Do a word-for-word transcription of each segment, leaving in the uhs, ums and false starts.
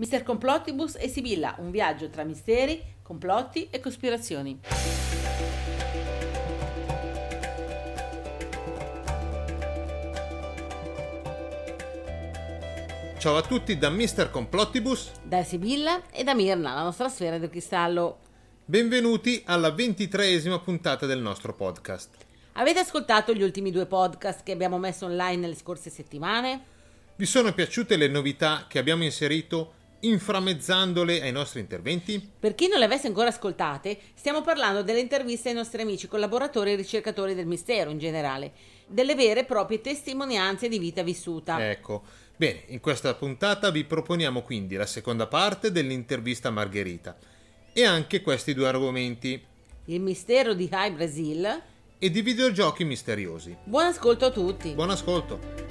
mister Complottibus e Sibilla, un viaggio tra misteri, complotti e cospirazioni. Ciao a tutti da mister Complottibus, Da Sibilla e da Mirna, la nostra sfera del cristallo. benvenuti alla ventitreesima puntata del nostro podcast. Avete ascoltato gli ultimi due podcast che abbiamo messo online nelle scorse settimane? Vi sono piaciute le novità che abbiamo inserito inframmezzandole ai nostri interventi? Per chi non le avesse ancora ascoltate, stiamo parlando delle interviste ai nostri amici collaboratori e ricercatori del mistero in generale, delle vere e proprie testimonianze di vita vissuta. Ecco, bene, in questa puntata vi proponiamo quindi la seconda parte dell'intervista a Margherita e anche questi due argomenti Il mistero di High Brazil. e di videogiochi misteriosi. Buon ascolto a tutti! Buon ascolto!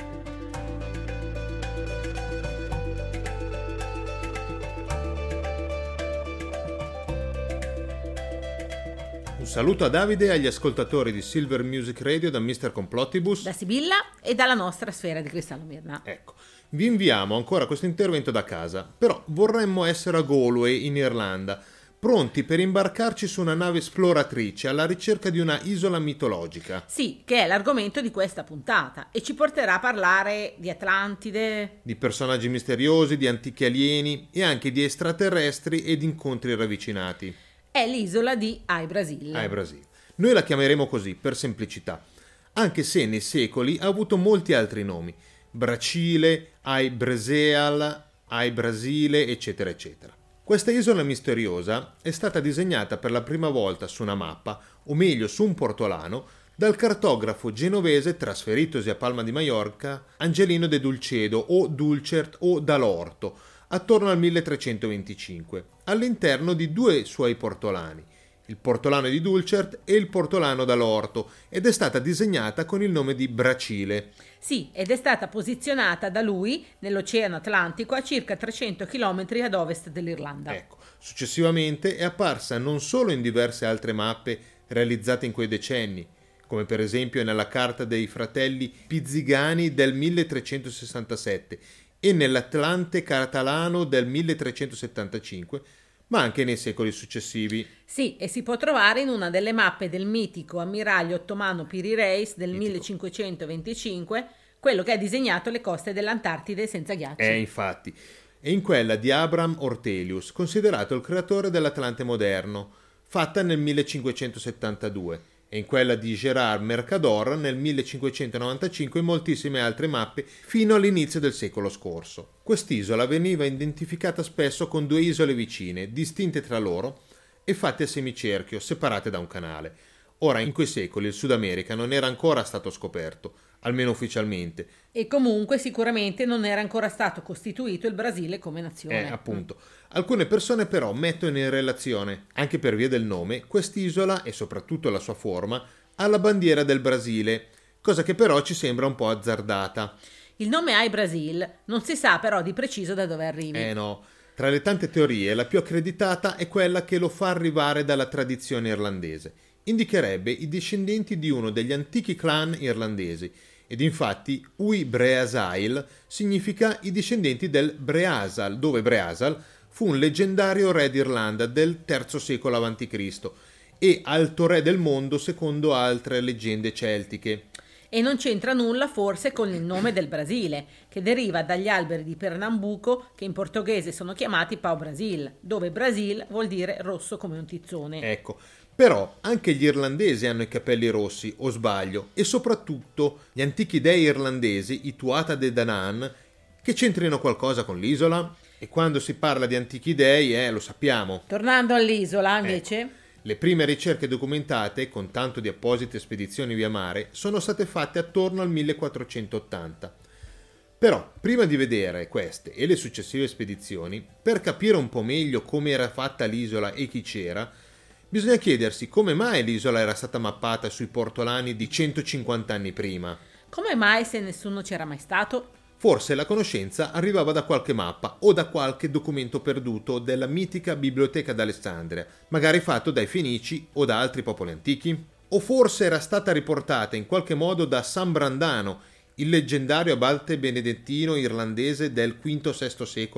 Un saluto a Davide e agli ascoltatori di Silver Music Radio da mister Complottibus. Da Sibilla e dalla nostra sfera di cristallo Mirna. Ecco, vi inviamo ancora questo intervento da casa, però vorremmo essere a Galway in Irlanda, pronti per imbarcarci su una nave esploratrice alla ricerca di una isola mitologica. Sì, che è l'argomento di questa puntata e ci porterà a parlare di Atlantide. Di personaggi misteriosi, di antichi alieni e anche di extraterrestri ed incontri ravvicinati. È l'isola di High Brazil. Ai Brasile. Noi la chiameremo così, per semplicità, anche se nei secoli ha avuto molti altri nomi. Bracile, Ai Braseal, Ai Brasile, eccetera, eccetera. Questa isola misteriosa è stata disegnata per la prima volta su una mappa, o meglio su un portolano, dal cartografo genovese trasferitosi a Palma di Maiorca, Angelino de Dulcedo o Dulcert o Dalorto, attorno al milletrecentoventicinque, all'interno di due suoi portolani, il portolano di Dulcert e il portolano Dalorto, ed è stata disegnata con il nome di Bracile. Sì, ed è stata posizionata da lui nell'Oceano Atlantico a circa trecento chilometri ad ovest dell'Irlanda. Ecco, successivamente è apparsa non solo in diverse altre mappe realizzate in quei decenni, come per esempio nella carta dei fratelli Pizzigani del milletrecentosessantasette e nell'Atlante catalano del milletrecentosettantacinque, ma anche nei secoli successivi. Sì, e si può trovare in una delle mappe del mitico ammiraglio ottomano Piri Reis del Mitico. millecinquecentoventicinque, quello che ha disegnato le coste dell'Antartide senza ghiacci. Eh, infatti, e in quella di Abram Ortelius, considerato il creatore dell'Atlante moderno, fatta nel millecinquecentosettantadue, e in quella di Gérard Mercador nel millecinquecentonovantacinque e moltissime altre mappe fino all'inizio del secolo scorso. Quest'isola veniva identificata spesso con due isole vicine, distinte tra loro e fatte a semicerchio, separate da un canale. Ora, in quei secoli il Sud America non era ancora stato scoperto, almeno ufficialmente. E comunque sicuramente non era ancora stato costituito il Brasile come nazione. Eh, appunto. Alcune persone però mettono in relazione, anche per via del nome, quest'isola e soprattutto la sua forma, alla bandiera del Brasile, cosa che però ci sembra un po' azzardata. Il nome High Brazil non si sa però di preciso da dove arrivi. Eh no, tra le tante teorie la più accreditata è quella che lo fa arrivare dalla tradizione irlandese. Indicherebbe i discendenti di uno degli antichi clan irlandesi, ed infatti Ui Breasail significa i discendenti del Breasal, dove Breasal fu un leggendario re d'Irlanda del terzo secolo avanti Cristo e alto re del mondo secondo altre leggende celtiche. E non c'entra nulla forse con il nome del Brasile, che deriva dagli alberi di Pernambuco che in portoghese sono chiamati Pau Brasil, dove Brasil vuol dire rosso come un tizzone. Ecco, però anche gli irlandesi hanno i capelli rossi, o sbaglio, e soprattutto gli antichi dei irlandesi, i Tuatha De Danann, che c'entrino qualcosa con l'isola? E quando si parla di antichi dei, eh, lo sappiamo. Tornando all'isola invece... Ecco. Le prime ricerche documentate, con tanto di apposite spedizioni via mare, sono state fatte attorno al millequattrocentottanta. Però, prima di vedere queste e le successive spedizioni, per capire un po' meglio come era fatta l'isola e chi c'era, bisogna chiedersi come mai l'isola era stata mappata sui portolani di centocinquanta anni prima. Come mai se nessuno c'era mai stato? Forse la conoscenza arrivava da qualche mappa o da qualche documento perduto della mitica Biblioteca d'Alessandria, magari fatto dai Fenici o da altri popoli antichi. O forse era stata riportata in qualche modo da San Brandano, il leggendario abate benedettino irlandese del quinto sesto secolo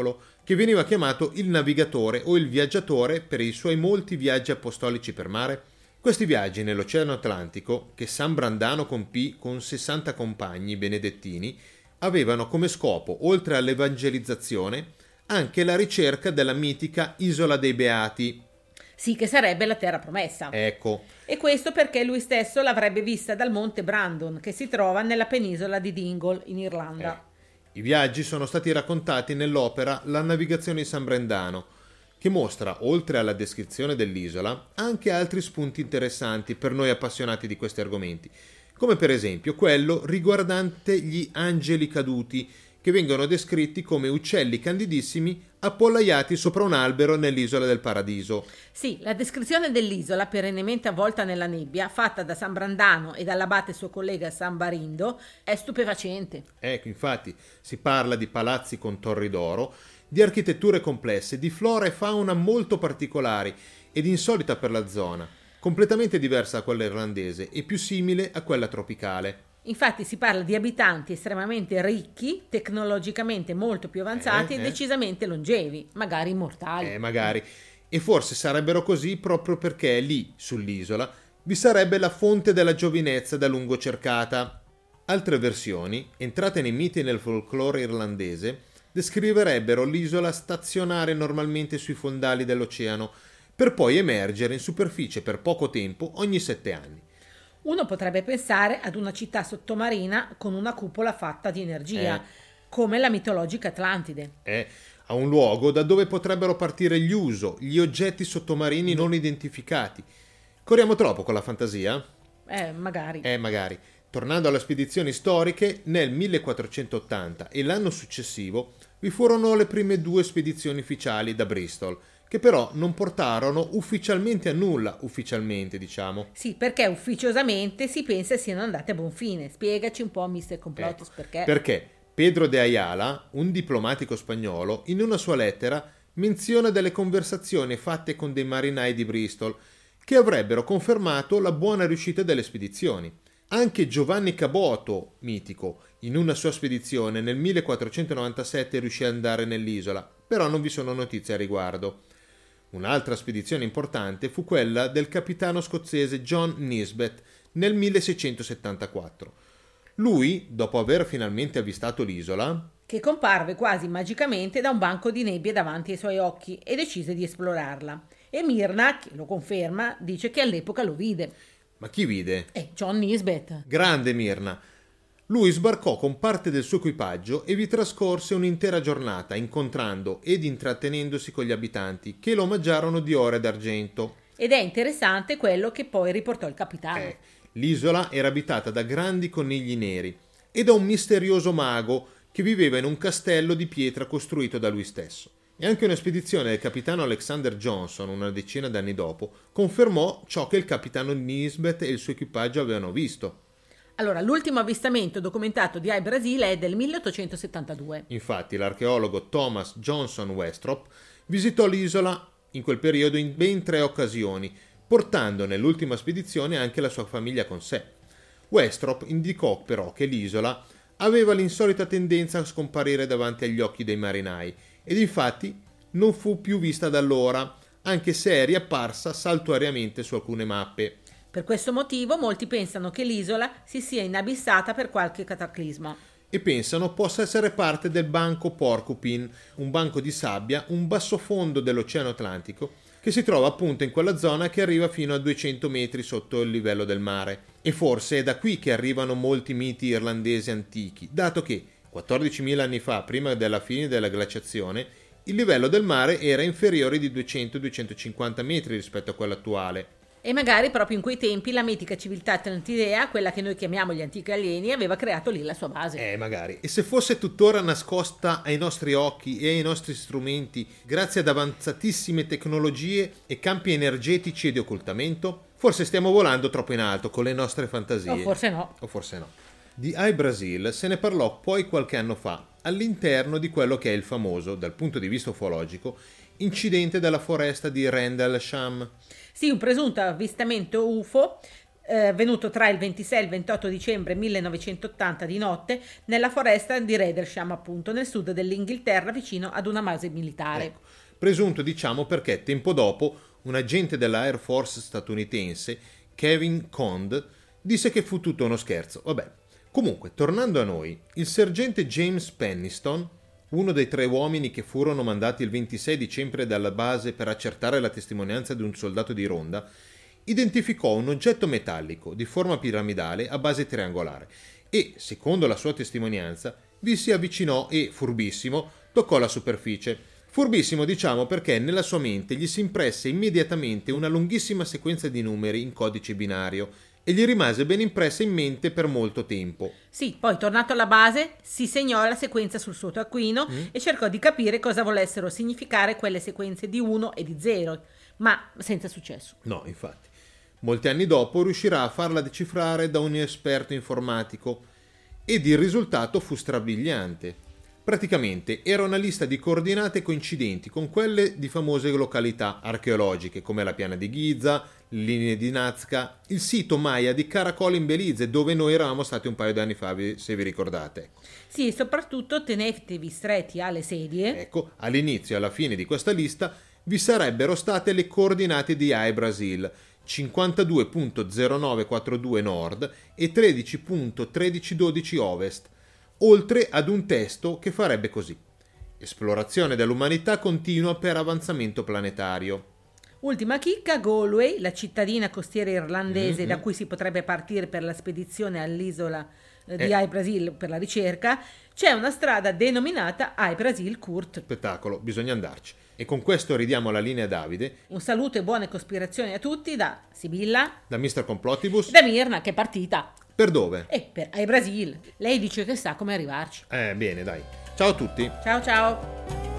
che veniva chiamato il navigatore o il viaggiatore per i suoi molti viaggi apostolici per mare. Questi viaggi nell'Oceano Atlantico, che San Brandano compì con sessanta compagni benedettini, avevano come scopo, oltre all'evangelizzazione, anche la ricerca della mitica Isola dei Beati. Sì, che sarebbe la terra promessa. Ecco. E questo perché lui stesso l'avrebbe vista dal monte Brandon, che si trova nella penisola di Dingle, in Irlanda. Eh. I viaggi sono stati raccontati nell'opera La navigazione di San Brandano, che mostra, oltre alla descrizione dell'isola, anche altri spunti interessanti per noi appassionati di questi argomenti, come per esempio quello riguardante gli angeli caduti, che vengono descritti come uccelli candidissimi appollaiati sopra un albero nell'isola del Paradiso. Sì, la descrizione dell'isola, perennemente avvolta nella nebbia, fatta da San Brandano e dall'abate suo collega San Barindo, è stupefacente. Ecco, infatti, si parla di palazzi con torri d'oro, di architetture complesse, di flora e fauna molto particolari ed insolita per la zona, completamente diversa da quella irlandese e più simile a quella tropicale. Infatti si parla di abitanti estremamente ricchi, tecnologicamente molto più avanzati Eh, e eh. decisamente longevi, magari immortali. Eh, magari. E forse sarebbero così proprio perché lì, sull'isola, vi sarebbe la fonte della giovinezza da lungo cercata. Altre versioni, entrate nei miti e nel folklore irlandese, descriverebbero l'isola stazionare normalmente sui fondali dell'oceano, per poi emergere in superficie per poco tempo ogni sette anni. Uno potrebbe pensare ad una città sottomarina con una cupola fatta di energia, Eh. come la mitologica Atlantide. È a un luogo da dove potrebbero partire gli uso, gli oggetti sottomarini non identificati. Corriamo troppo con la fantasia? Eh, magari. Eh, magari. Tornando alle spedizioni storiche, nel millequattrocentottanta e l'anno successivo vi furono le prime due spedizioni ufficiali da Bristol, che però non portarono ufficialmente a nulla, ufficialmente diciamo. Sì, perché ufficiosamente si pensa siano andate a buon fine. Spiegaci un po', mister Complotus, Ecco, perché... Perché Pedro de Ayala, un diplomatico spagnolo, in una sua lettera menziona delle conversazioni fatte con dei marinai di Bristol che avrebbero confermato la buona riuscita delle spedizioni. Anche Giovanni Caboto, mitico, in una sua spedizione nel millequattrocentonovantasette riuscì ad andare nell'isola, però non vi sono notizie a riguardo. Un'altra spedizione importante fu quella del capitano scozzese John Nisbet nel milleseicentosettantaquattro. Lui, dopo aver finalmente avvistato l'isola, che comparve quasi magicamente da un banco di nebbia davanti ai suoi occhi e decise di esplorarla. E Myrna, che lo conferma, dice che all'epoca lo vide. ma chi vide? È John Nisbet. Grande Myrna! Lui sbarcò con parte del suo equipaggio e vi trascorse un'intera giornata incontrando ed intrattenendosi con gli abitanti che lo omaggiarono di oro e d'argento. Ed è interessante quello che poi riportò il capitano. Eh, l'isola era abitata da grandi conigli neri e da un misterioso mago che viveva in un castello di pietra costruito da lui stesso. E anche una spedizione del capitano Alexander Johnson, una decina d'anni dopo, confermò ciò che il capitano Nisbet e il suo equipaggio avevano visto. Allora, l'ultimo avvistamento documentato di Ai Brasile è del milleottocentosettantadue. Infatti, l'archeologo Thomas Johnson Westrop visitò l'isola in quel periodo in ben tre occasioni, portando nell'ultima spedizione anche la sua famiglia con sé. Westrop indicò però che l'isola aveva l'insolita tendenza a scomparire davanti agli occhi dei marinai ed infatti non fu più vista da allora, anche se è riapparsa saltuariamente su alcune mappe. Per questo motivo molti pensano che l'isola si sia inabissata per qualche cataclisma. E pensano possa essere parte del banco Porcupine, un banco di sabbia, un bassofondo dell'Oceano Atlantico, che si trova appunto in quella zona che arriva fino a duecento metri sotto il livello del mare. E forse è da qui che arrivano molti miti irlandesi antichi, dato che quattordicimila anni fa, prima della fine della glaciazione, il livello del mare era inferiore di duecento duecentocinquanta metri rispetto a quello attuale. E magari proprio in quei tempi la mitica civiltà atlantidea, quella che noi chiamiamo gli antichi alieni, aveva creato lì la sua base. Eh, magari. E se fosse tuttora nascosta ai nostri occhi e ai nostri strumenti, grazie ad avanzatissime tecnologie e campi energetici e di occultamento? Forse stiamo volando troppo in alto con le nostre fantasie. O forse no. O forse no. Di Ai Brasil se ne parlò poi qualche anno fa, all'interno di quello che è il famoso, dal punto di vista ufologico, incidente della foresta di Rendlesham. Sì, un presunto avvistamento U F O eh, venuto tra il ventisei e il ventotto dicembre millenovecentottanta di notte nella foresta di Redesham, appunto, nel sud dell'Inghilterra, vicino ad una base militare. Ecco, presunto diciamo perché tempo dopo un agente della Air Force statunitense, Kevin Cond, disse che fu tutto uno scherzo. Vabbè, comunque, tornando a noi, il sergente James Penniston, uno dei tre uomini che furono mandati il ventisei dicembre dalla base per accertare la testimonianza di un soldato di ronda, identificò un oggetto metallico di forma piramidale a base triangolare e, secondo la sua testimonianza, vi si avvicinò e, furbissimo, toccò la superficie. Furbissimo diciamo perché nella sua mente gli si impresse immediatamente una lunghissima sequenza di numeri in codice binario e gli rimase ben impressa in mente per molto tempo. Sì, poi tornato alla base si segnò la sequenza sul suo taccuino mm. e cercò di capire cosa volessero significare quelle sequenze di uno e di zero, ma senza successo. No, infatti. Molti anni dopo riuscirà a farla decifrare da un esperto informatico ed il risultato fu strabiliante. Praticamente era una lista di coordinate coincidenti con quelle di famose località archeologiche come la piana di Giza, le linee di Nazca, il sito Maya di Caracol in Belize dove noi eravamo stati un paio di anni fa, se vi ricordate. Sì, soprattutto tenetevi stretti alle sedie. Ecco, all'inizio e alla fine di questa lista vi sarebbero state le coordinate di Ai Brasil, cinquantadue punto zero nove quattro due nord e tredici punto tredici dodici ovest, oltre ad un testo che farebbe così: esplorazione dell'umanità continua per avanzamento planetario. Ultima chicca, Galway, la cittadina costiera irlandese mm-hmm. da cui si potrebbe partire per la spedizione all'isola eh, di eh. Ai Brasil per la ricerca, c'è una strada denominata Ai Brasil Court. Spettacolo, bisogna andarci. E con questo ridiamo la linea a Davide. Un saluto e buone cospirazioni a tutti da Sibilla, da mister Complotibus e da Mirna, che è partita. Per dove? E per Ai Brasil. Lei dice che sa come arrivarci. Eh, bene, dai. Ciao a tutti. Ciao ciao.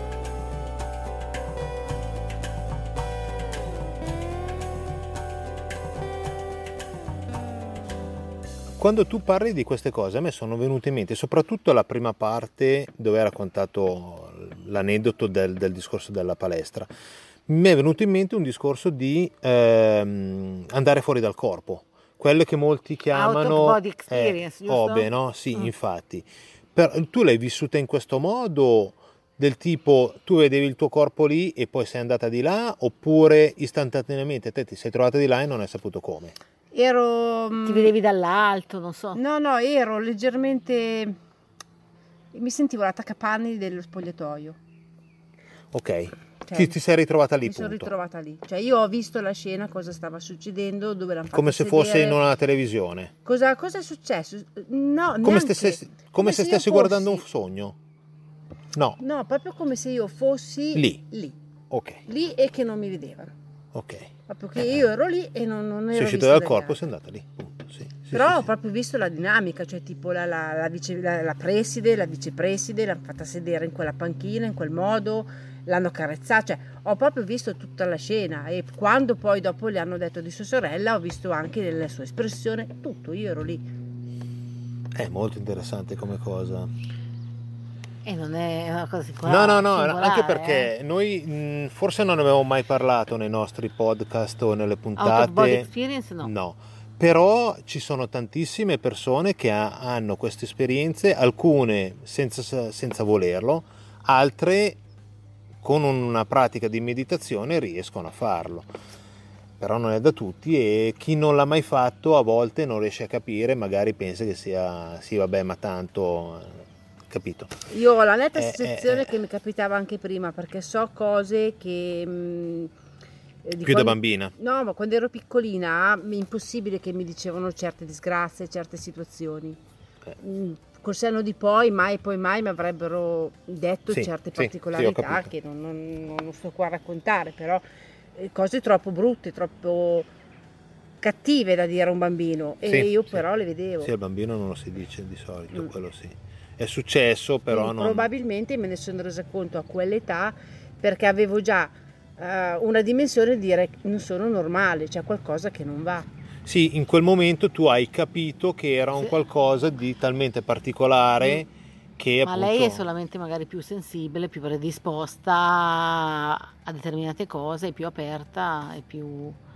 Quando tu parli di queste cose a me sono venute in mente soprattutto la prima parte dove hai raccontato l'aneddoto del, del discorso della palestra. Mi è venuto in mente un discorso di ehm, andare fuori dal corpo, quello che molti chiamano out of body experience, eh, O B E, no? Sì, mm. infatti. Per, tu l'hai vissuta in questo modo, del tipo tu vedevi il tuo corpo lì e poi sei andata di là, oppure istantaneamente te ti sei trovata di là e non hai saputo come? Ero... Ti vedevi dall'alto, non so. No, no, ero leggermente... Mi sentivo l'attaccapanni dello spogliatoio. Ok, cioè, ti, ti sei ritrovata lì, mi punto. sono ritrovata lì. Cioè io ho visto la scena, cosa stava succedendo, dove l'hanno fatto come se sedere. fosse in una televisione. Cosa, cosa è successo? No, come, neanche, stessi, come, come se, se stessi fossi... guardando un sogno? No. No, proprio come se io fossi lì. Lì. Ok. Lì e che non mi vedevano. Ok. Proprio che io ero lì e non, non ero sei uscita dal corpo e sei andata lì. Punto. Sì, sì, però sì, ho sì. proprio visto la dinamica, cioè tipo la, la, la, vice, la, la preside, la vicepreside l'hanno fatta sedere in quella panchina, in quel modo, l'hanno carezzata, cioè ho proprio visto tutta la scena e quando poi dopo le hanno detto di sua sorella ho visto anche nella sua espressione tutto, io ero lì. È molto interessante come cosa. E non è una cosa sicuramente. No, no, no, anche perché eh? noi mh, forse non ne avevamo mai parlato nei nostri podcast o nelle puntate. Out of body experience no. No, però ci sono tantissime persone che ha, hanno queste esperienze, alcune senza, senza volerlo, altre con una pratica di meditazione riescono a farlo. Però non è da tutti e chi non l'ha mai fatto a volte non riesce a capire, magari pensa che sia, sì vabbè ma tanto... Capito. Io ho la netta eh, sensazione eh, che mi capitava anche prima perché so cose che mh, più quando, da bambina. No, ma quando ero piccolina è impossibile che mi dicevano certe disgrazie, certe situazioni. Eh. Mh, col senno di poi mai poi mai mi avrebbero detto sì, certe sì, particolarità sì, che non, non, non sto qua a raccontare, però eh, cose troppo brutte, troppo cattive da dire a un bambino e sì, io sì. però le vedevo. Sì, al bambino non lo si dice di solito, mm. quello sì. È successo però Quindi non... probabilmente me ne sono resa conto a quell'età perché avevo già uh, una dimensione di dire non sono normale, c'è qualcosa che non va. Sì, in quel momento tu hai capito che era un sì. qualcosa di talmente particolare mm. che ma appunto... lei è solamente magari più sensibile, più predisposta a determinate cose, è più aperta, è più...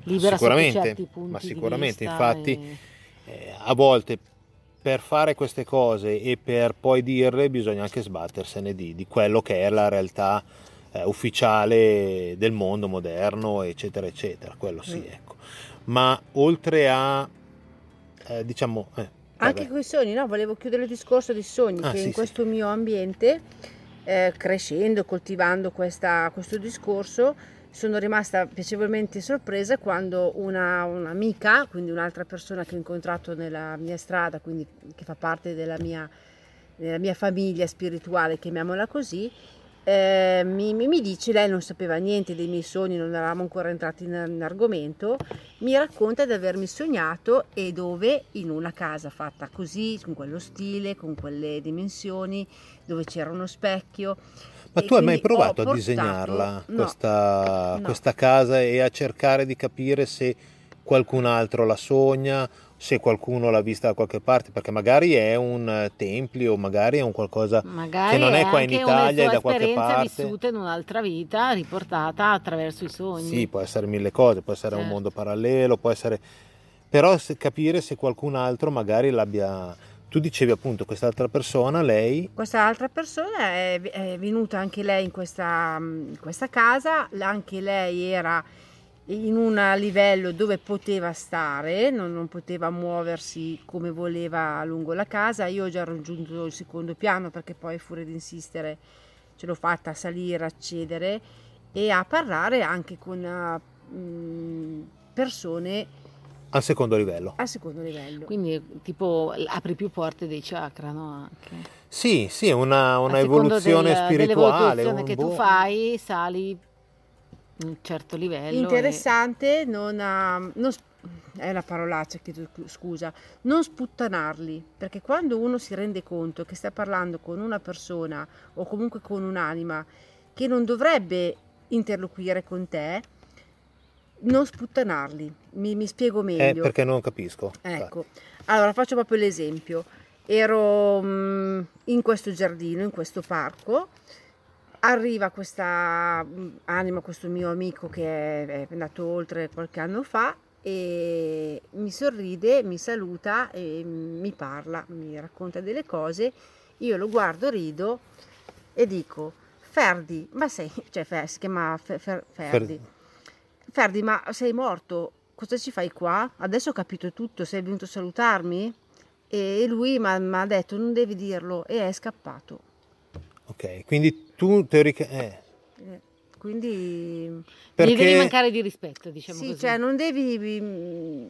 libera sicuramente, sotto certi punti ma di sicuramente, vista infatti e... eh, a volte per fare queste cose e per poi dirle bisogna anche sbattersene di, di quello che è la realtà eh, ufficiale del mondo moderno, eccetera eccetera, quello sì, Mm. ecco. Ma oltre a eh, diciamo eh, Anche vabbè. con i sogni, no? Volevo chiudere il discorso dei sogni, Ah, che sì, in sì. questo mio ambiente, eh, crescendo, coltivando questa- questo discorso, sono rimasta piacevolmente sorpresa quando una, un'amica, quindi un'altra persona che ho incontrato nella mia strada, quindi che fa parte della mia, della mia famiglia spirituale, chiamiamola così, eh, mi, mi- mi dice, lei non sapeva niente dei miei sogni, non eravamo ancora entrati in, in argomento, mi racconta di avermi sognato e dove in una casa fatta così, con quello stile, con quelle dimensioni, dove c'era uno specchio. Ma E tu hai mai quindi ho provato a portato, disegnarla, no, questa, no, questa casa, e a cercare di capire se qualcun altro la sogna, se qualcuno l'ha vista da qualche parte, perché magari è un eh, tempio, magari è un qualcosa che Magari non è è qua in anche una Italia, è sua da qualche esperienza parte. vissuta in un'altra vita, riportata attraverso i sogni. Sì, può essere mille cose, può essere un Certo. mondo parallelo, può essere... Però se- capire se qualcun altro magari l'abbia... Tu dicevi appunto quest'altra persona, lei... questa altra persona è, è venuta anche lei in questa, in questa casa, anche lei era in un livello dove poteva stare, non, non poteva muoversi come voleva lungo la casa. Io ho già raggiunto il secondo piano perché poi, a furia di insistere, ce l'ho fatta salire, accedere e a parlare anche con uh, persone al secondo livello. al secondo livello. Quindi tipo apri più porte dei chakra, no? Anche. Sì, sì, una, una A secondo evoluzione del- spirituale. dell'evoluzione un che tu boh. fai, sali un certo livello. Interessante, non, ha, non sp- è la parolaccia, chiedo scusa, non sputtanarli, perché quando uno si rende conto che sta parlando con una persona o comunque con un'anima che non dovrebbe interloquire con te, non sputtanarli. Mi, mi spiego Eh, meglio. perché non capisco. Ecco, allora faccio proprio l'esempio. Ero mm, in questo giardino, in questo parco, arriva questa mm, anima, questo mio amico che è, è andato oltre qualche anno fa e mi sorride, mi saluta e mi parla, mi racconta delle cose. Io lo guardo, rido e dico: Ferdi, ma sei, cioè Fer- si chiama Fer- Fer- Ferdi. Ferdi, ma sei morto? Cosa ci fai qua? Adesso ho capito tutto, sei venuto a salutarmi? E lui mi ha detto: non devi dirlo, e è scappato. Ok, quindi tu teoricamente... Eh. Eh, quindi Perché... Gli devi mancare di rispetto, diciamo sì, così. cioè non devi mm,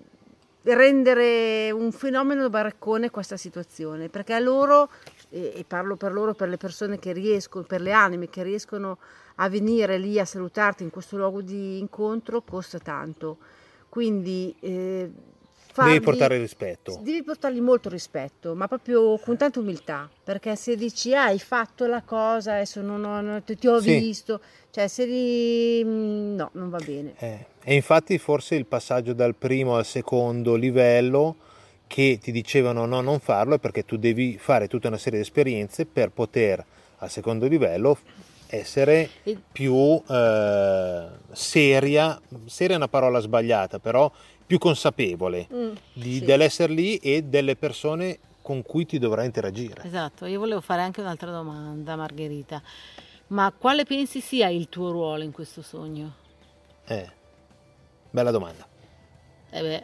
rendere un fenomeno baraccone questa situazione, perché a loro, e, e parlo per loro, per le persone che riescono, per le anime che riescono a venire lì a salutarti in questo luogo di incontro, costa tanto. Quindi eh, fargli, devi portare rispetto. devi portargli molto rispetto, ma proprio con tanta umiltà, perché se dici ah, hai fatto la cosa, adesso non ho, non, ti, ti ho Sì. visto, cioè se di, no, non va bene. Eh, e infatti forse il passaggio dal primo al secondo livello, che ti dicevano no, non farlo, è perché tu devi fare tutta una serie di esperienze per poter al secondo livello essere E- più eh, seria, seria è una parola sbagliata, però più consapevole Mm, di, sì. dell'essere lì e delle persone con cui ti dovrai interagire. Esatto, io volevo fare anche un'altra domanda, Margherita. Ma quale pensi sia il tuo ruolo in questo sogno? Eh, bella domanda. Eh beh,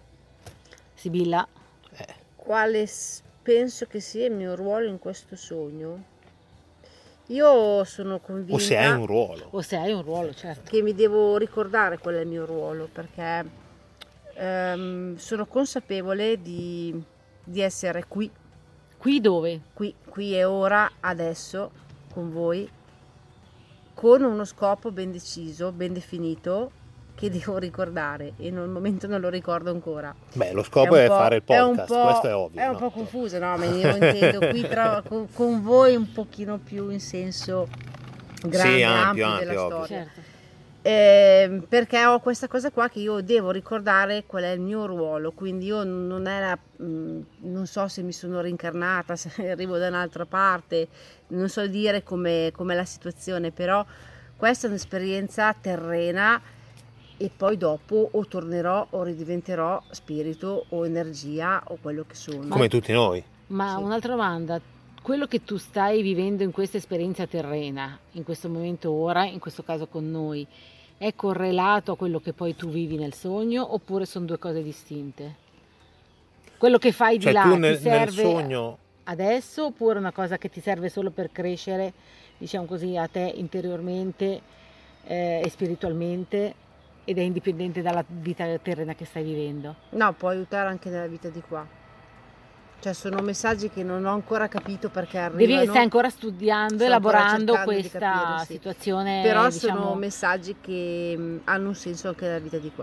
Sibilla, Eh, Quale s- penso che sia il mio ruolo in questo sogno? Io sono convinta o se hai un ruolo. o se hai un ruolo, certo. che mi devo ricordare qual è il mio ruolo, perché ehm, sono consapevole di, di essere qui, Qui dove? qui, qui e ora, adesso, con voi, con uno scopo ben deciso, ben definito, che devo ricordare e al momento non lo ricordo ancora. Beh, lo scopo un è, po'- fare il è un podcast, po'- questo è ovvio. È un no? po' confuso, no? Ma io intendo qui tra- con, con voi un pochino più in senso grande, Sì, ampio, ampio, della ampio, ovvio. storia. Certo. Eh, perché ho questa cosa qua che io devo ricordare qual è il mio ruolo, quindi io non era, mh, non so se mi sono rincarnata, se arrivo da un'altra parte, non so dire com'è, com'è la situazione, però questa è un'esperienza terrena e poi dopo o tornerò o ridiventerò spirito o energia o quello che sono. Come tutti noi. Ma Sì. un'altra domanda, quello che tu stai vivendo in questa esperienza terrena, in questo momento ora, in questo caso con noi, è correlato a quello che poi tu vivi nel sogno oppure sono due cose distinte? Quello che fai di Cioè là tu ti nel, nel serve sogno... adesso oppure è una cosa che ti serve solo per crescere, diciamo così, a te interiormente eh, e spiritualmente ed è indipendente dalla vita terrena che stai vivendo? No, può aiutare anche nella vita di qua. Cioè sono messaggi che non ho ancora capito perché arrivano. Devi, stai ancora studiando, Sto elaborando ancora cercando di questa capire, sì. situazione, Però diciamo... sono messaggi che mh, hanno un senso anche nella vita di qua.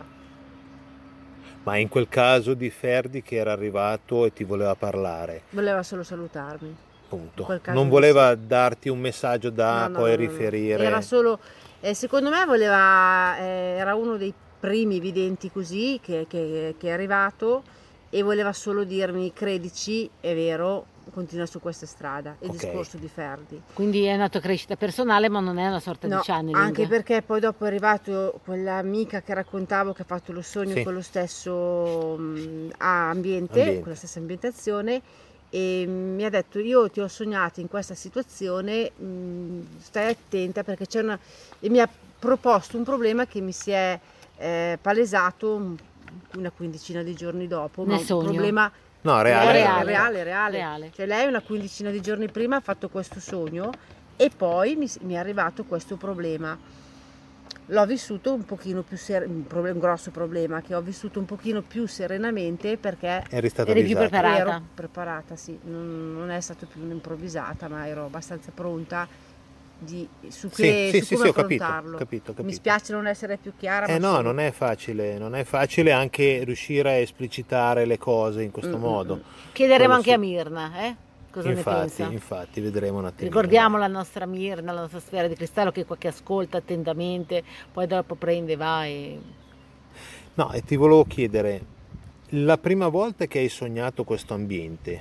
Ma in quel caso di Ferdi che era arrivato e ti voleva parlare, Voleva solo salutarmi. In punto. quel caso Non di voleva darti un messaggio da No, no, poi no, no, no. riferire. Era solo, eh, secondo me voleva, eh, era uno dei primi videnti così che, che- che è arrivato e voleva solo dirmi credici, è vero, continua su questa strada. Il Ok. discorso di Ferdi. Quindi è una tua crescita personale, ma non è una sorta No, di channeling. anche perché poi dopo è arrivato quell'amica che raccontavo che ha fatto lo sogno Sì. con lo stesso mh, ambiente, Ambiente. con la stessa ambientazione e mi ha detto io ti ho sognato in questa situazione, mh, stai attenta perché c'è una... e mi ha proposto un problema che mi si è eh, palesato mh, una quindicina di giorni dopo, Nel ma un sogno? problema No, reale. reale, reale. reale, reale. Reale. Cioè lei una quindicina di giorni prima ha fatto questo sogno e poi mi, mi è arrivato questo problema. L'ho vissuto un pochino più ser- un, problem- un grosso problema che ho vissuto un pochino più serenamente perché Eri stata Eri più avvisata. preparata. ero preparata, sì, non, non è stato più un'improvvisata, ma ero abbastanza pronta di, su, Sì, che, sì, su sì, come sì, ho capito, affrontarlo. capito, capito. Mi spiace non essere più chiara, Eh ma no, sono- non è facile, non è facile anche riuscire a esplicitare le cose in questo Mm, modo. mm, Chiederemo Quello anche sì. a Mirna, eh? Cosa Infatti, ne pensa? infatti, vedremo un attimo. Ricordiamo la nostra Mirna, la nostra sfera di cristallo che, che ascolta attentamente, poi dopo prende, va e... No, e ti volevo chiedere, la prima volta che hai sognato questo ambiente,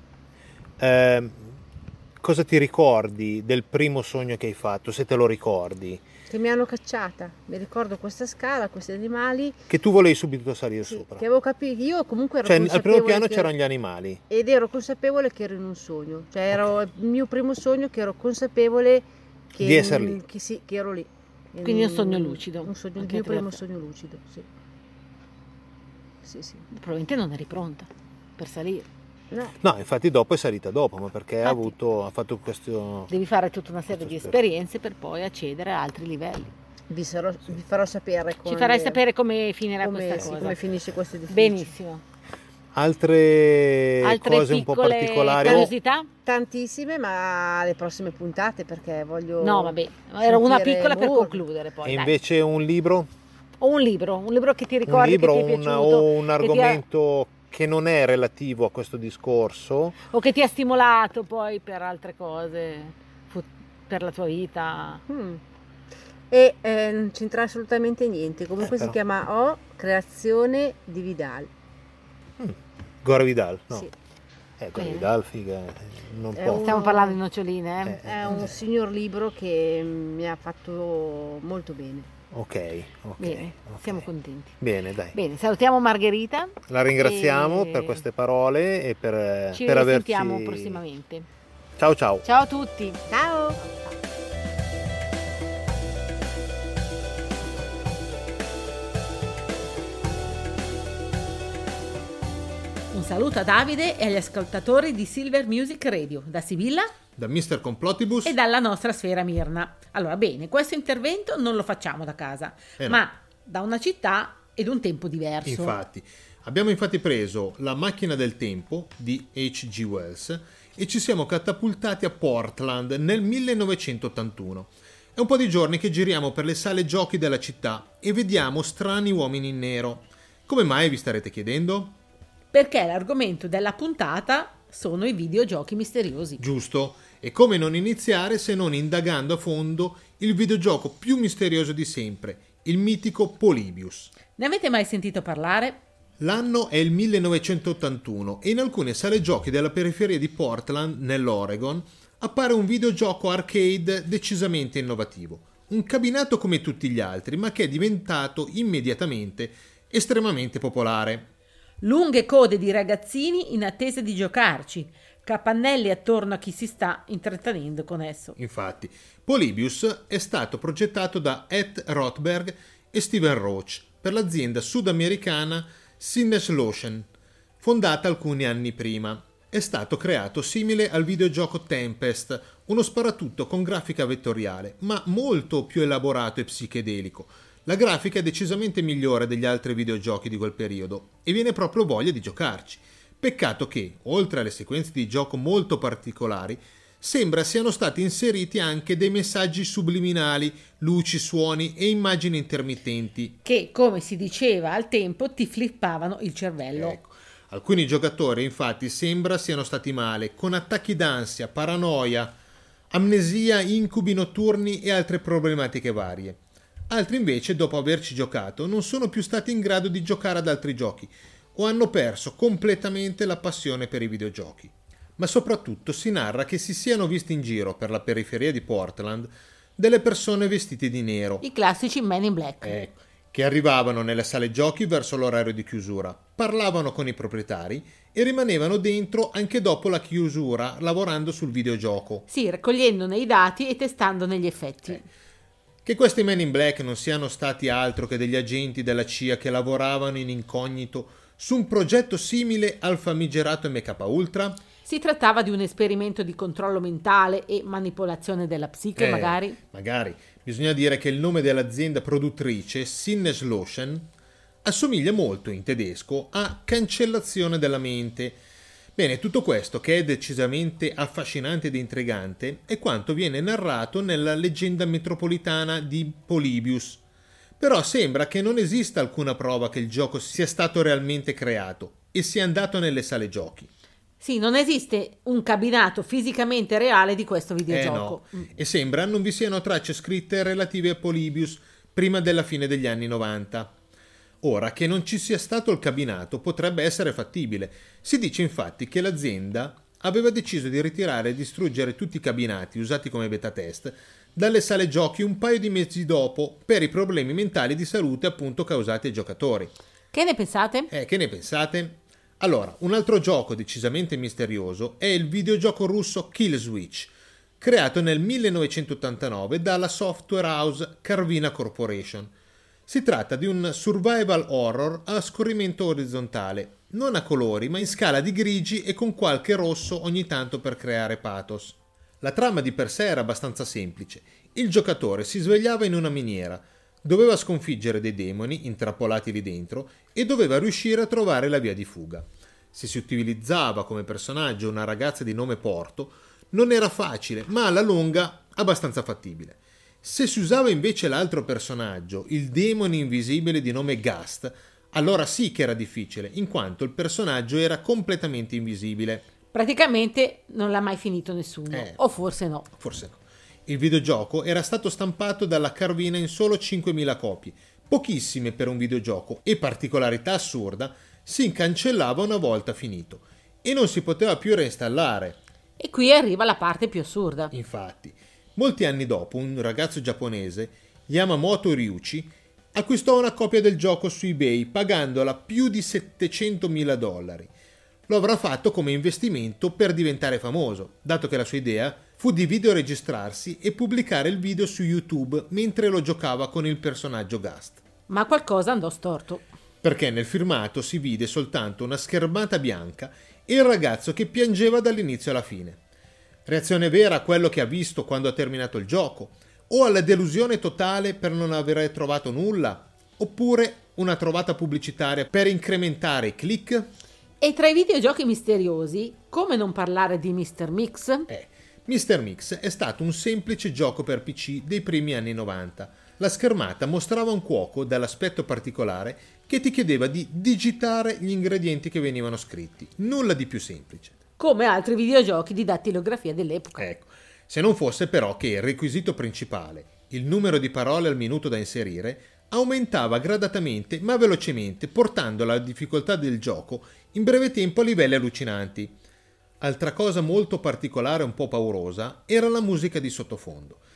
ehm, cosa ti ricordi del primo sogno che hai fatto, se te lo ricordi? che mi hanno cacciata. Mi ricordo questa scala, questi animali, Che tu volevi subito salire sì, sopra. che avevo capito. Io comunque ero Cioè, al consapevole primo piano che- c'erano gli animali. ed ero consapevole che ero in un sogno. Cioè ero il mio primo sogno che ero consapevole che, Di essere lì. che, sì, che ero lì. Quindi un sogno lucido. Un sogno, il Anche mio a te la primo fe- sogno lucido, sì. Sì, sì. Probabilmente non eri pronta per salire. No, No, infatti dopo è salita dopo, ma perché ha Infatti. avuto, ha fatto questo... Devi fare tutta una serie Questo di spero. esperienze per poi accedere a altri livelli. vi, sarò- vi farò sapere Ci come- farai sapere come finirà come, questa sì, cosa. come finisce questo edificio. Benissimo. Altre, Altre cose un po' piccole particolari. curiosità? Tantissime, ma alle prossime puntate perché voglio... No, vabbè, era una sentire piccola per Moore. concludere poi. E dai. invece un libro? O un libro, un libro che ti Un ricordi libro che ti è un- piaciuto o un che ti ha- argomento che non è relativo a questo discorso? o che ti ha stimolato poi per altre cose, fu- per la tua vita. Mm. E eh, non c'entra assolutamente niente. Comunque Eh, si però. chiama O Creazione di Vidal. Gore Vidal? No. Sì. Eh, Gore Bene. Vidal, figa, eh, non È può. un- Stiamo parlando di noccioline, eh? Eh. È un signor libro che mi ha fatto molto bene. Ok, ok. Bene, ok. siamo contenti. Bene, dai. Bene, salutiamo Margherita. La ringraziamo E- per queste parole e per, Ci per averci... risentiamo prossimamente. Ciao ciao. Ciao a tutti. Ciao! Un saluto a Davide e agli ascoltatori di Silver Music Radio, da Sibilla Da mister Complotibus, e dalla nostra sfera Mirna. Allora, bene, questo intervento non lo facciamo da casa, Eh no. ma da una città ed un tempo diverso. infatti. Abbiamo infatti preso La macchina del tempo di H G Wells e ci siamo catapultati a Portland nel millenovecentottantuno. È un po' di giorni che giriamo per le sale giochi della città e vediamo strani uomini in nero. Come mai, vi starete chiedendo? Perché l'argomento della puntata sono i videogiochi misteriosi. Giusto. E come non iniziare se non indagando a fondo il videogioco più misterioso di sempre, il mitico Polybius. Ne avete mai sentito parlare? L'anno è il millenovecentottantuno e in alcune sale giochi della periferia di Portland, nell'Oregon, appare un videogioco arcade decisamente innovativo. un cabinato come tutti gli altri, ma che è diventato immediatamente estremamente popolare. Lunghe code di ragazzini in attesa di giocarci, capannelli attorno a chi si sta intrattenendo con esso. Infatti, Polybius è stato progettato da Ed Rothberg e Steven Roach per l'azienda sudamericana Sinneslöschen, fondata alcuni anni prima. È stato creato simile al videogioco Tempest, uno sparatutto con grafica vettoriale, ma molto più elaborato e psichedelico. La grafica è decisamente migliore degli altri videogiochi di quel periodo e viene proprio voglia di giocarci. Peccato che, oltre alle sequenze di gioco molto particolari, sembra siano stati inseriti anche dei messaggi subliminali, luci, suoni e immagini intermittenti. Che, come si diceva al tempo, ti flippavano il cervello. Ecco. Alcuni giocatori, infatti, sembra siano stati male, con attacchi d'ansia, paranoia, amnesia, incubi notturni e altre problematiche varie. Altri invece, dopo averci giocato, non sono più stati in grado di giocare ad altri giochi o hanno perso completamente la passione per i videogiochi. Ma soprattutto si narra che si siano visti in giro per la periferia di Portland delle persone vestite di nero. I classici Men in Black. Ecco, che arrivavano nelle sale giochi verso l'orario di chiusura, parlavano con i proprietari e rimanevano dentro anche dopo la chiusura lavorando sul videogioco. Sì, raccogliendone i dati e testandone gli effetti. Eh. Che questi Men in Black non siano stati altro che degli agenti della C I A che lavoravano in incognito su un progetto simile al famigerato M K Ultra? Si trattava di un esperimento di controllo mentale e manipolazione della psiche, Eh, magari? Magari. Bisogna dire che il nome dell'azienda produttrice, Sinneslöschen, assomiglia molto in tedesco a cancellazione della mente. Bene, tutto questo, che è decisamente affascinante ed intrigante, è quanto viene narrato nella leggenda metropolitana di Polybius. Però sembra che non esista alcuna prova che il gioco sia stato realmente creato e sia andato nelle sale giochi. Sì, non esiste un cabinato fisicamente reale di questo videogioco. Eh no, e sembra non vi siano tracce scritte relative a Polybius prima della fine degli anni novanta. Ora, che non ci sia stato il cabinato potrebbe essere fattibile. Si dice infatti che l'azienda aveva deciso di ritirare e distruggere tutti i cabinati usati come beta test dalle sale giochi un paio di mesi dopo per i problemi mentali di salute appunto causati ai giocatori. Che ne pensate? Eh, che ne pensate? Allora, un altro gioco decisamente misterioso è il videogioco russo Kill Switch, creato nel millenovecentottantanove dalla software house Carvina Corporation. Si tratta di un survival horror a scorrimento orizzontale, non a colori ma in scala di grigi e con qualche rosso ogni tanto per creare pathos. La trama di per sé era abbastanza semplice. Il giocatore si svegliava in una miniera, doveva sconfiggere dei demoni intrappolati lì dentro e doveva riuscire a trovare la via di fuga. Se si utilizzava come personaggio una ragazza di nome Porto, non era facile, ma alla lunga abbastanza fattibile. Se si usava invece l'altro personaggio, il demone invisibile di nome Gast, allora sì che era difficile, in quanto il personaggio era completamente invisibile. Praticamente non l'ha mai finito nessuno, Eh, o forse no. Forse no. Il videogioco era stato stampato dalla Carvina in solo cinquemila copie, pochissime per un videogioco, e particolarità assurda, si cancellava una volta finito e non si poteva più reinstallare. E qui arriva la parte più assurda. Infatti, molti anni dopo, un ragazzo giapponese, Yamamoto Ryuichi, acquistò una copia del gioco su eBay pagandola più di settecentomila dollari. Lo avrà fatto come investimento per diventare famoso, dato che la sua idea fu di videoregistrarsi e pubblicare il video su YouTube mentre lo giocava con il personaggio Gast. Ma qualcosa andò storto. Perché nel filmato si vide soltanto una schermata bianca e il ragazzo che piangeva dall'inizio alla fine. Reazione vera a quello che ha visto quando ha terminato il gioco, o alla delusione totale per non aver trovato nulla, oppure una trovata pubblicitaria per incrementare i click? E tra i videogiochi misteriosi, come non parlare di mister Mix? Eh, mister Mix è stato un semplice gioco per P C dei primi anni novanta. La schermata mostrava un cuoco dall'aspetto particolare che ti chiedeva di digitare gli ingredienti che venivano scritti. Nulla di più semplice. Come altri videogiochi di dattilografia dell'epoca. Ecco, se non fosse però che il requisito principale, il numero di parole al minuto da inserire, aumentava gradatamente ma velocemente, portando la difficoltà del gioco in breve tempo a livelli allucinanti. Altra cosa molto particolare e un po' paurosa era la musica di sottofondo.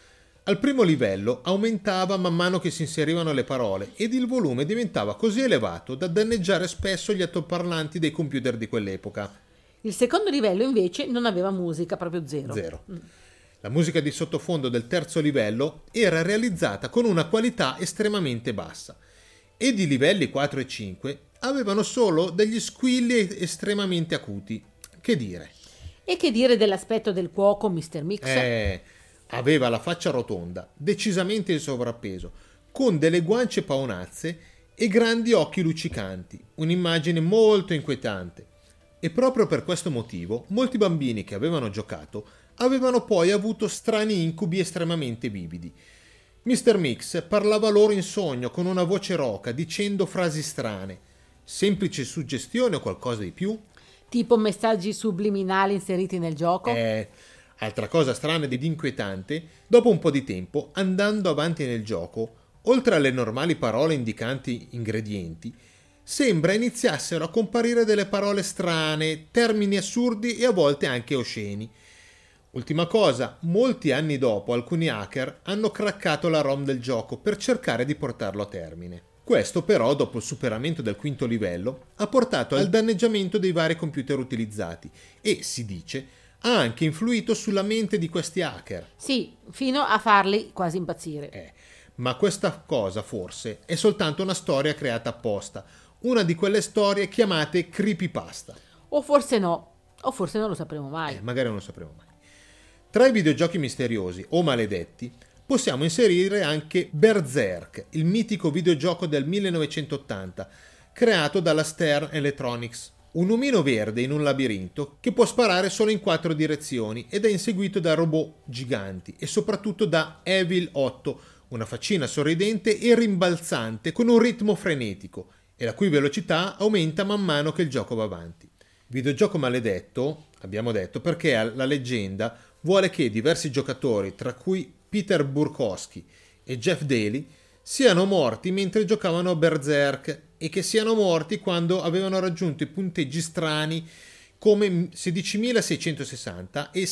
Al primo livello aumentava man mano che si inserivano le parole ed il volume diventava così elevato da danneggiare spesso gli altoparlanti dei computer di quell'epoca. Il secondo livello invece non aveva musica, proprio zero. Zero. La musica di sottofondo del terzo livello era realizzata con una qualità estremamente bassa ed i livelli quattro e cinque avevano solo degli squilli estremamente acuti. Che dire? E che dire dell'aspetto del cuoco mister Mix? Eh, aveva la faccia rotonda, decisamente in sovrappeso, con delle guance paonazze e grandi occhi luccicanti, un'immagine molto inquietante. E proprio per questo motivo molti bambini che avevano giocato avevano poi avuto strani incubi estremamente vividi. mister Mix parlava loro in sogno con una voce roca, dicendo frasi strane. Semplice suggestione o qualcosa di più? Tipo messaggi subliminali inseriti nel gioco? Eh, altra cosa strana ed inquietante, dopo un po' di tempo, andando avanti nel gioco, oltre alle normali parole indicanti ingredienti, sembra iniziassero a comparire delle parole strane, termini assurdi e a volte anche osceni. Ultima cosa, molti anni dopo alcuni hacker hanno craccato la ROM del gioco per cercare di portarlo a termine. Questo però, dopo il superamento del quinto livello, ha portato al danneggiamento dei vari computer utilizzati e, si dice, ha anche influito sulla mente di questi hacker. Sì, fino a farli quasi impazzire. Eh, ma questa cosa forse è soltanto una storia creata apposta, una di quelle storie chiamate creepypasta. O forse no, o forse non lo sapremo mai. Eh, magari non lo sapremo mai. Tra i videogiochi misteriosi o maledetti possiamo inserire anche Berserk, il mitico videogioco del millenovecentottanta, creato dalla Stern Electronics. Un omino verde in un labirinto che può sparare solo in quattro direzioni ed è inseguito da robot giganti e soprattutto da Evil otto, una faccina sorridente e rimbalzante con un ritmo frenetico e la cui velocità aumenta man mano che il gioco va avanti. Videogioco maledetto, abbiamo detto, perché la leggenda vuole che diversi giocatori, tra cui Peter Burkowski e Jeff Daly, siano morti mentre giocavano a Berserk e che siano morti quando avevano raggiunto i punteggi strani come sedicimilaseicentosessanta e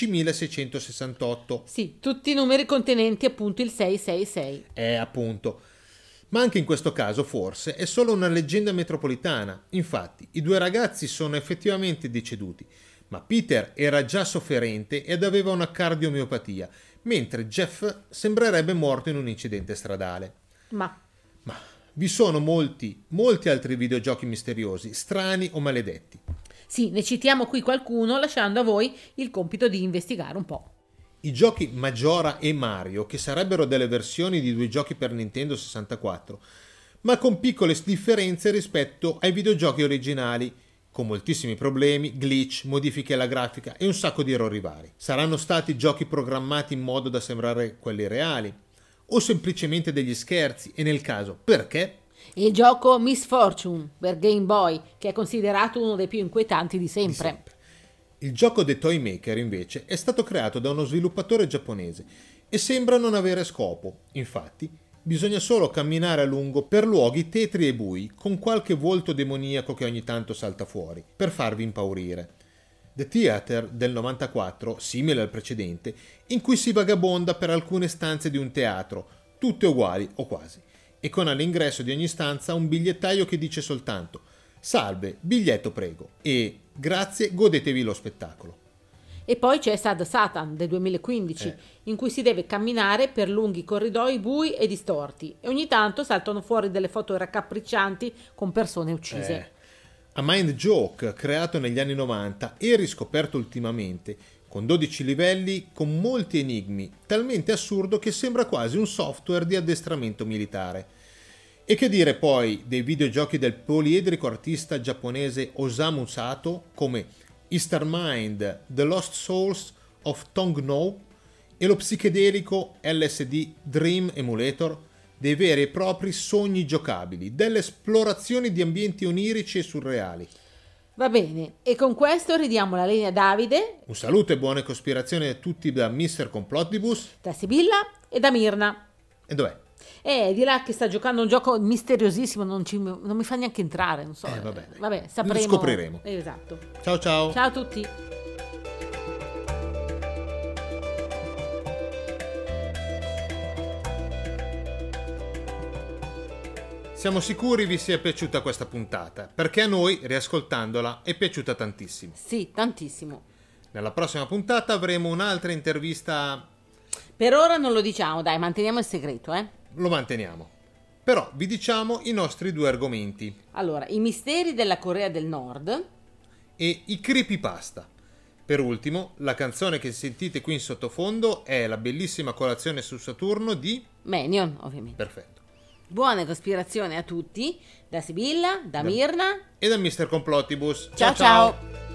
sedicimilaseicentosessantotto. Sì, tutti i numeri contenenti appunto il sei sei sei. Eh, appunto. Ma anche in questo caso forse è solo una leggenda metropolitana. Infatti, i due ragazzi sono effettivamente deceduti, ma Peter era già sofferente ed aveva una cardiomiopatia, mentre Jeff sembrerebbe morto in un incidente stradale. Ma... Ma vi sono molti, molti altri videogiochi misteriosi, strani o maledetti. Sì, ne citiamo qui qualcuno, lasciando a voi il compito di investigare un po'. I giochi Majora e Mario, che sarebbero delle versioni di due giochi per Nintendo sessantaquattro, ma con piccole differenze rispetto ai videogiochi originali, con moltissimi problemi, glitch, modifiche alla grafica e un sacco di errori vari. Saranno stati giochi programmati in modo da sembrare quelli reali, o semplicemente degli scherzi, e nel caso, perché? Il gioco Miss Fortune per Game Boy, che è considerato uno dei più inquietanti di sempre. Di sempre. Il gioco The Toy Maker, invece, è stato creato da uno sviluppatore giapponese e sembra non avere scopo. Infatti, bisogna solo camminare a lungo per luoghi tetri e bui, con qualche volto demoniaco che ogni tanto salta fuori, per farvi impaurire. The Theater del novantaquattro, simile al precedente, in cui si vagabonda per alcune stanze di un teatro, tutte uguali o quasi, e con all'ingresso di ogni stanza un bigliettaio che dice soltanto «Salve, biglietto prego» e «Grazie, godetevi lo spettacolo». E poi c'è Sad Satan del duemilaquindici, eh. in cui si deve camminare per lunghi corridoi bui e distorti e ogni tanto saltano fuori delle foto raccapriccianti con persone uccise. Eh. A Mind Joke, creato negli anni novanta e riscoperto ultimamente, con dodici livelli, con molti enigmi, talmente assurdo che sembra quasi un software di addestramento militare. E che dire poi dei videogiochi del poliedrico artista giapponese Osamu Sato come Easter Mind, The Lost Souls of Tong No e lo psichedelico L S D Dream Emulator, dei veri e propri sogni giocabili, delle esplorazioni di ambienti onirici e surreali. Va bene, e con questo ridiamo la linea a Davide. Un saluto e buone cospirazioni a tutti da mister Complottibus, da Sibilla e da Mirna. E dov'è? Eh, di là che sta giocando un gioco misteriosissimo, non, ci, non mi fa neanche entrare, non so. Eh, vabbè, vabbè, sapremo. Lo scopriremo. Esatto. Ciao ciao. Ciao a tutti. Siamo sicuri vi sia piaciuta questa puntata, perché a noi, riascoltandola, è piaciuta tantissimo. Sì, tantissimo. Nella prossima puntata avremo un'altra intervista. Per ora non lo diciamo, dai, manteniamo il segreto, eh. Lo manteniamo. Però vi diciamo i nostri due argomenti. Allora, i misteri della Corea del Nord e i creepypasta. Per ultimo, la canzone che sentite qui in sottofondo è la bellissima Colazione su Saturno di Menion, ovviamente. Perfetto. Buone cospirazioni a tutti, da Sibilla, da Mirna e da mister Complotibus. Ciao ciao! ciao.